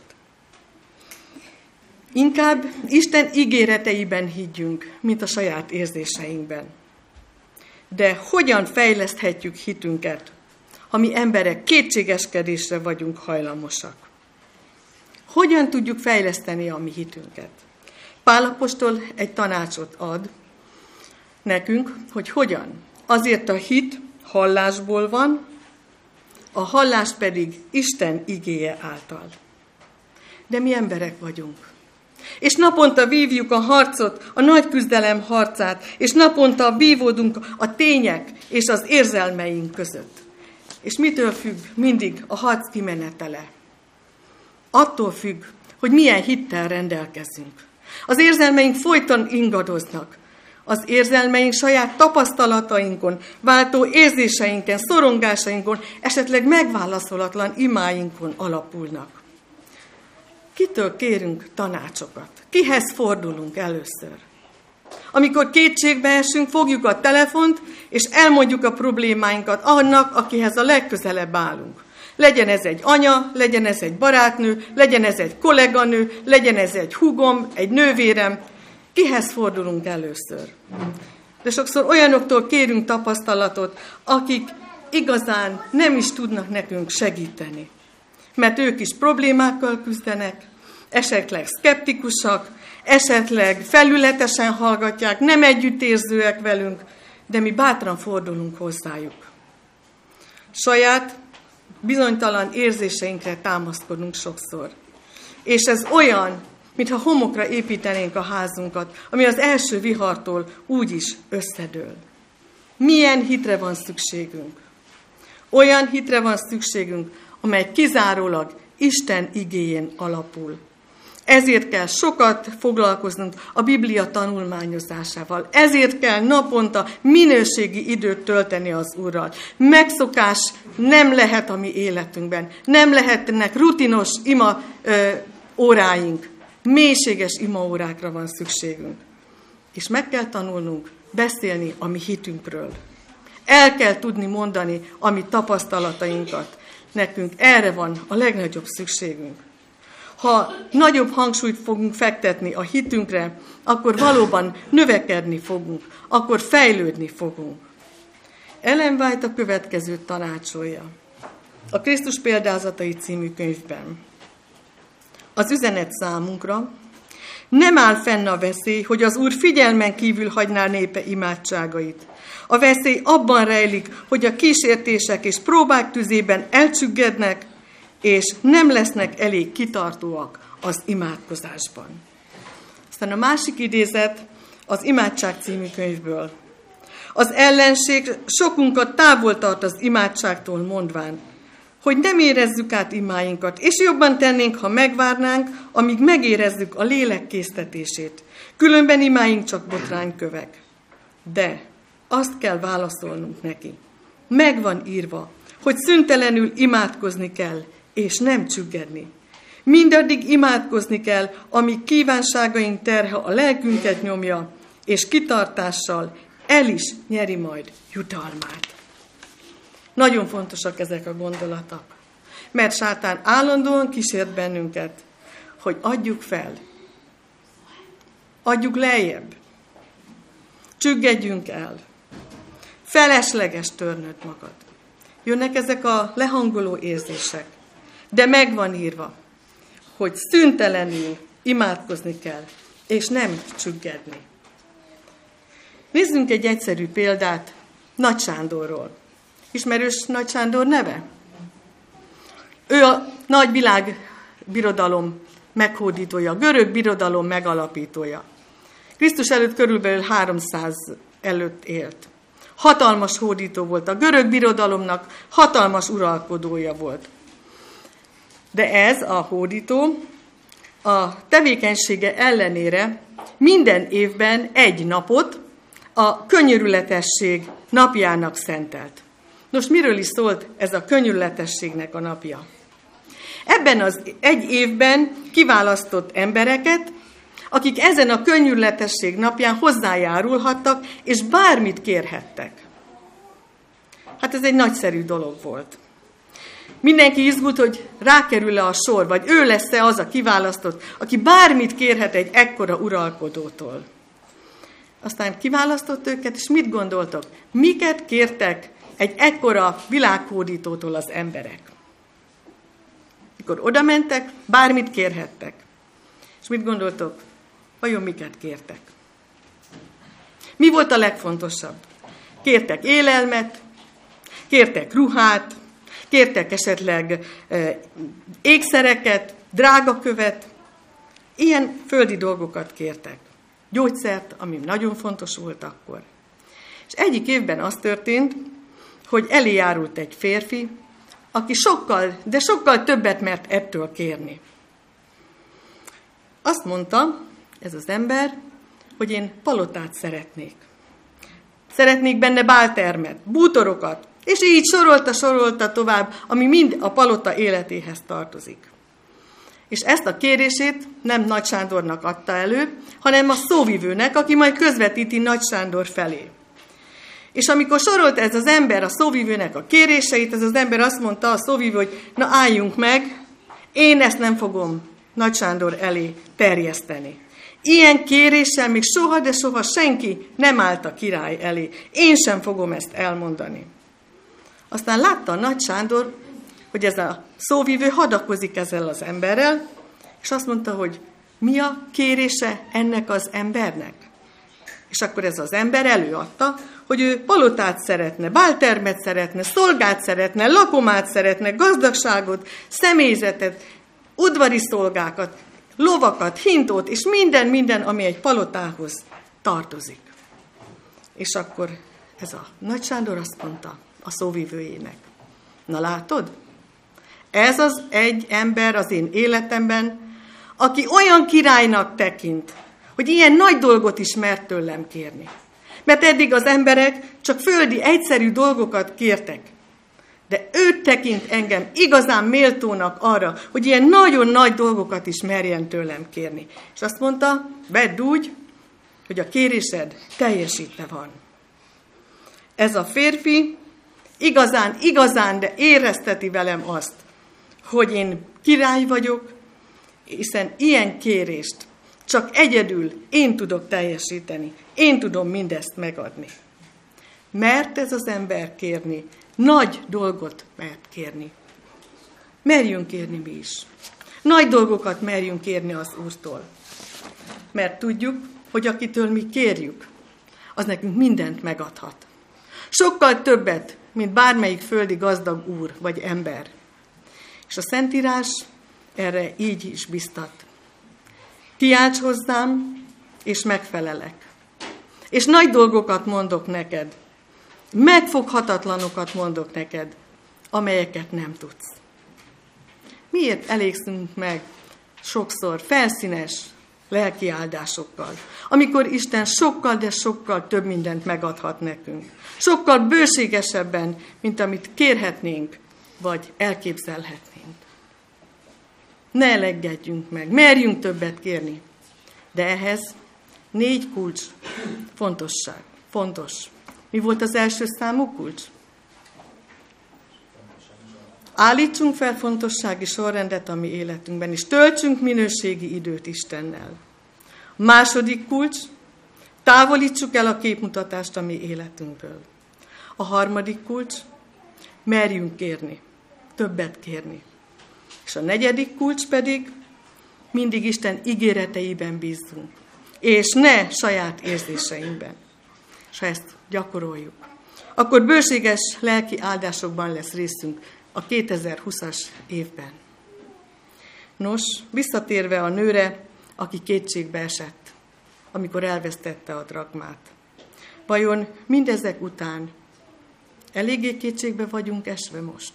Inkább Isten ígéreteiben higgyünk, mint a saját érzéseinkben. De hogyan fejleszthetjük hitünket, ha mi emberek kétségeskedésre vagyunk hajlamosak? Hogyan tudjuk fejleszteni a mi hitünket? Pál apostol egy tanácsot ad nekünk, hogy hogyan. Azért a hit hallásból van, a hallás pedig Isten igéje által. De mi emberek vagyunk. És naponta vívjuk a harcot, a nagy küzdelem harcát, és naponta vívódunk a tények és az érzelmeink között. És mitől függ mindig a harc kimenetele? Attól függ, hogy milyen hittel rendelkezünk. Az érzelmeink folyton ingadoznak. Az érzelmeink saját tapasztalatainkon, váltó érzéseinken, szorongásainkon, esetleg megválaszolatlan imáinkon alapulnak. Kitől kérünk tanácsokat? Kihez fordulunk először? Amikor kétségbe esünk, fogjuk a telefont, és elmondjuk a problémáinkat annak, akihez a legközelebb állunk. Legyen ez egy anya, legyen ez egy barátnő, legyen ez egy kolléganő, legyen ez egy húgom, egy nővérem. Kihez fordulunk először? De sokszor olyanoktól kérünk tapasztalatot, akik igazán nem is tudnak nekünk segíteni. Mert ők is problémákkal küzdenek, esetleg szkeptikusak, esetleg felületesen hallgatják, nem együttérzőek velünk, de mi bátran fordulunk hozzájuk. Saját bizonytalan érzéseinkre támaszkodunk sokszor. És ez olyan, mintha homokra építenénk a házunkat, ami az első vihartól úgyis összedől. Milyen hitre van szükségünk? Olyan hitre van szükségünk, amely kizárólag Isten igéjén alapul. Ezért kell sokat foglalkoznunk a Biblia tanulmányozásával. Ezért kell naponta minőségi időt tölteni az Úrral. Megszokás nem lehet a mi életünkben. Nem lehetnek rutinos ima ö, óráink. Mélységes imaórákra van szükségünk. És meg kell tanulnunk beszélni a mi hitünkről. El kell tudni mondani a mi tapasztalatainkat. Nekünk erre van a legnagyobb szükségünk. Ha nagyobb hangsúlyt fogunk fektetni a hitünkre, akkor valóban növekedni fogunk, akkor fejlődni fogunk. Ellen White a következőt tanácsolja. A Krisztus példázatai című könyvben. Az üzenet számunkra: nem áll fenn a veszély, hogy az Úr figyelmen kívül hagyná népe imádságait. A veszély abban rejlik, hogy a kísértések és próbák tüzében elcsüggednek, és nem lesznek elég kitartóak az imádkozásban. Aztán a másik idézet az Imádság című könyvből. Az ellenség sokunkat távol tart az imádságtól, mondván, hogy nem érezzük át imáinkat, és jobban tennénk, ha megvárnánk, amíg megérezzük a lélek késztetését. Különben imáink csak botránykövek. De azt kell válaszolnunk neki. Meg van írva, hogy szüntelenül imádkozni kell, és nem csüggedni. Mindaddig imádkozni kell, amíg kívánságaink terhe a lelkünket nyomja, és kitartással el is nyeri majd jutalmát. Nagyon fontosak ezek a gondolatok, mert sátán állandóan kísért bennünket, hogy adjuk fel, adjuk lejjebb, csüggedjünk el, felesleges törnöd magad. Jönnek ezek a lehangoló érzések, de meg van írva, hogy szüntelenül imádkozni kell, és nem csüggedni. Nézzünk egy egyszerű példát Nagy Sándorról. Ismerős Nagy Sándor neve? Ő a nagy világbirodalom meghódítója, a görög birodalom megalapítója. Krisztus előtt körülbelül háromszáz előtt élt. Hatalmas hódító volt, a görög birodalomnak hatalmas uralkodója volt. De ez a hódító a tevékenysége ellenére minden évben egy napot a könyörületesség napjának szentelt. Nos, miről is szólt ez a könyörületességnek a napja? Ebben az egy évben kiválasztott embereket, akik ezen a könyörületesség napján hozzájárulhattak, és bármit kérhettek. Hát ez egy nagyszerű dolog volt. Mindenki izgult, hogy rákerül-e a sor, vagy ő lesz-e az a kiválasztott, aki bármit kérhet egy ekkora uralkodótól. Aztán kiválasztott őket, és mit gondoltok? Miket kértek egy ekkora világhódítótól az emberek? Mikor oda mentek, bármit kérhettek. És mit gondoltok? Vajon miket kértek? Mi volt a legfontosabb? Kértek élelmet, kértek ruhát, kértek esetleg e, ékszereket, drágakövet, ilyen földi dolgokat kértek. Gyógyszert, ami nagyon fontos volt akkor. És egyik évben az történt, hogy elé járult egy férfi, aki sokkal, de sokkal többet mert ettől kérni. Azt mondta ez az ember, hogy én palotát szeretnék. Szeretnék benne báltermet, bútorokat, és így sorolta, sorolta tovább, ami mind a palota életéhez tartozik. És ezt a kérését nem Nagy Sándornak adta elő, hanem a szóvivőnek, aki majd közvetíti Nagy Sándor felé. És amikor sorolt ez az ember a szóvivőnek a kéréseit, ez az ember azt mondta a szóvivő, hogy na álljunk meg, én ezt nem fogom Nagy Sándor elé terjeszteni. Ilyen kéréssel még soha, de soha senki nem állt a király elé. Én sem fogom ezt elmondani. Aztán látta a Nagy Sándor, hogy ez a szóvivő hadakozik ezzel az emberrel, és azt mondta, hogy mi a kérése ennek az embernek? És akkor ez az ember előadta, hogy ő palotát szeretne, báltermet szeretne, szolgát szeretne, lakomát szeretne, gazdagságot, személyzetet, udvari szolgákat, lovakat, hintót, és minden, minden, ami egy palotához tartozik. És akkor ez a Nagy Sándor azt mondta a szóvivőjének. Na látod? Ez az egy ember az én életemben, aki olyan királynak tekint, hogy ilyen nagy dolgot is mert tőlem kérni. Mert eddig az emberek csak földi, egyszerű dolgokat kértek. De ő tekint engem igazán méltónak arra, hogy ilyen nagyon nagy dolgokat is merjen tőlem kérni. És azt mondta, vedd úgy, hogy a kérésed teljesítve van. Ez a férfi igazán, igazán, de érezteti velem azt, hogy én király vagyok, hiszen ilyen kérést csak egyedül én tudok teljesíteni. Én tudom mindezt megadni. Mert ez az ember kérni, nagy dolgot mert kérni. Merjünk kérni mi is. Nagy dolgokat merjünk kérni az Úrtól. Mert tudjuk, hogy akitől mi kérjük, az nekünk mindent megadhat. Sokkal többet, mint bármelyik földi gazdag úr vagy ember. És a Szentírás erre így is biztat. Kiálts hozzám, és megfelelek. És nagy dolgokat mondok neked. Megfoghatatlanokat mondok neked, amelyeket nem tudsz. Miért elégszünk meg sokszor felszínes lelki áldásokkal, amikor Isten sokkal, de sokkal több mindent megadhat nekünk. Sokkal bőségesebben, mint amit kérhetnénk, vagy elképzelhetnénk. Ne elégedjünk meg, merjünk többet kérni. De ehhez négy kulcs fontosság, fontos. Mi volt az első számú kulcs? Állítsunk fel fontossági sorrendet a mi életünkben, és töltsünk minőségi időt Istennel. A második kulcs, távolítsuk el a képmutatást a mi életünkből. A harmadik kulcs, merjünk kérni, többet kérni. És a negyedik kulcs pedig, mindig Isten ígéreteiben bízzunk, és ne saját érzéseinkben. És ha ezt gyakoroljuk, akkor bőséges lelki áldásokban lesz részünk a kétezer-húszas évben. Nos, visszatérve a nőre, aki kétségbe esett, amikor elvesztette a drachmát. Vajon mindezek után eléggé kétségbe vagyunk esve most?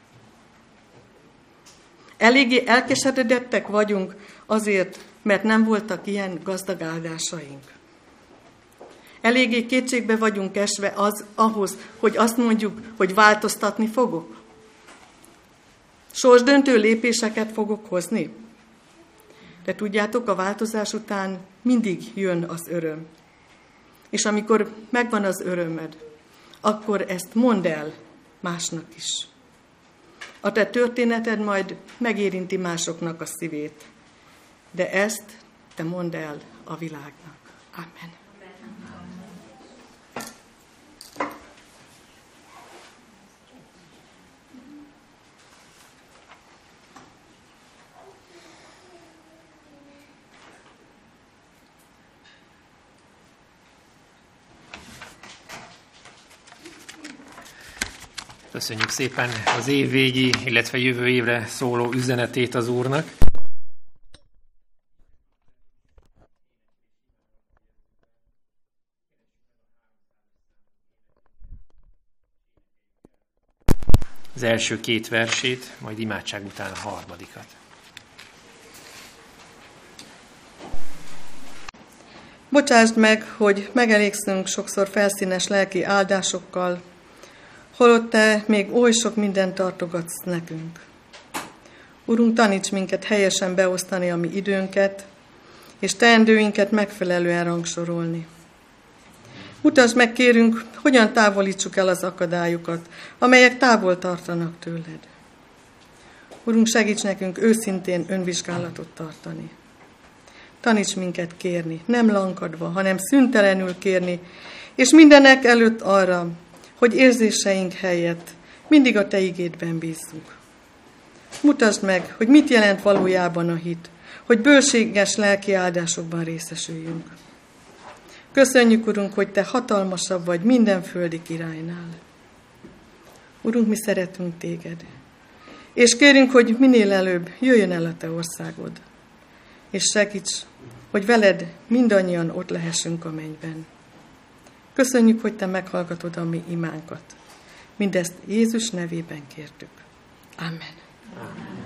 Eléggé elkeseredettek vagyunk azért, mert nem voltak ilyen gazdag áldásaink. Eléggé kétségbe vagyunk esve az, ahhoz, hogy azt mondjuk, hogy változtatni fogok. Sorsdöntő lépéseket fogok hozni. De tudjátok, a változás után mindig jön az öröm. És amikor megvan az örömöd, akkor ezt mondd el másnak is. A te történeted majd megérinti másoknak a szívét. De ezt te mondd el a világnak. Amen. Köszönjük szépen az évvégi, illetve jövő évre szóló üzenetét az Úrnak. Az első két versét, majd imádság után a harmadikat. Bocsásd meg, hogy megelégszünk sokszor felszínes lelki áldásokkal, holott te még oly sok mindent tartogatsz nekünk. Urunk, taníts minket helyesen beosztani a mi időnket, és teendőinket megfelelően rangsorolni. Mutasd meg, kérünk, hogyan távolítsuk el az akadályokat, amelyek távol tartanak tőled. Urunk, segíts nekünk őszintén önvizsgálatot tartani. Taníts minket kérni, nem lankadva, hanem szüntelenül kérni, és mindenek előtt arra, hogy érzéseink helyett mindig a Te igédben bízzunk. Mutasd meg, hogy mit jelent valójában a hit, hogy bőséges lelki áldásokban részesüljünk. Köszönjük, Urunk, hogy Te hatalmasabb vagy minden földi királynál. Urunk, mi szeretünk Téged, és kérünk, hogy minél előbb jöjjön el a Te országod, és segíts, hogy veled mindannyian ott lehessünk a mennyben. Köszönjük, hogy Te meghallgatod a mi imánkat. Mindezt Jézus nevében kértük. Amen. Amen.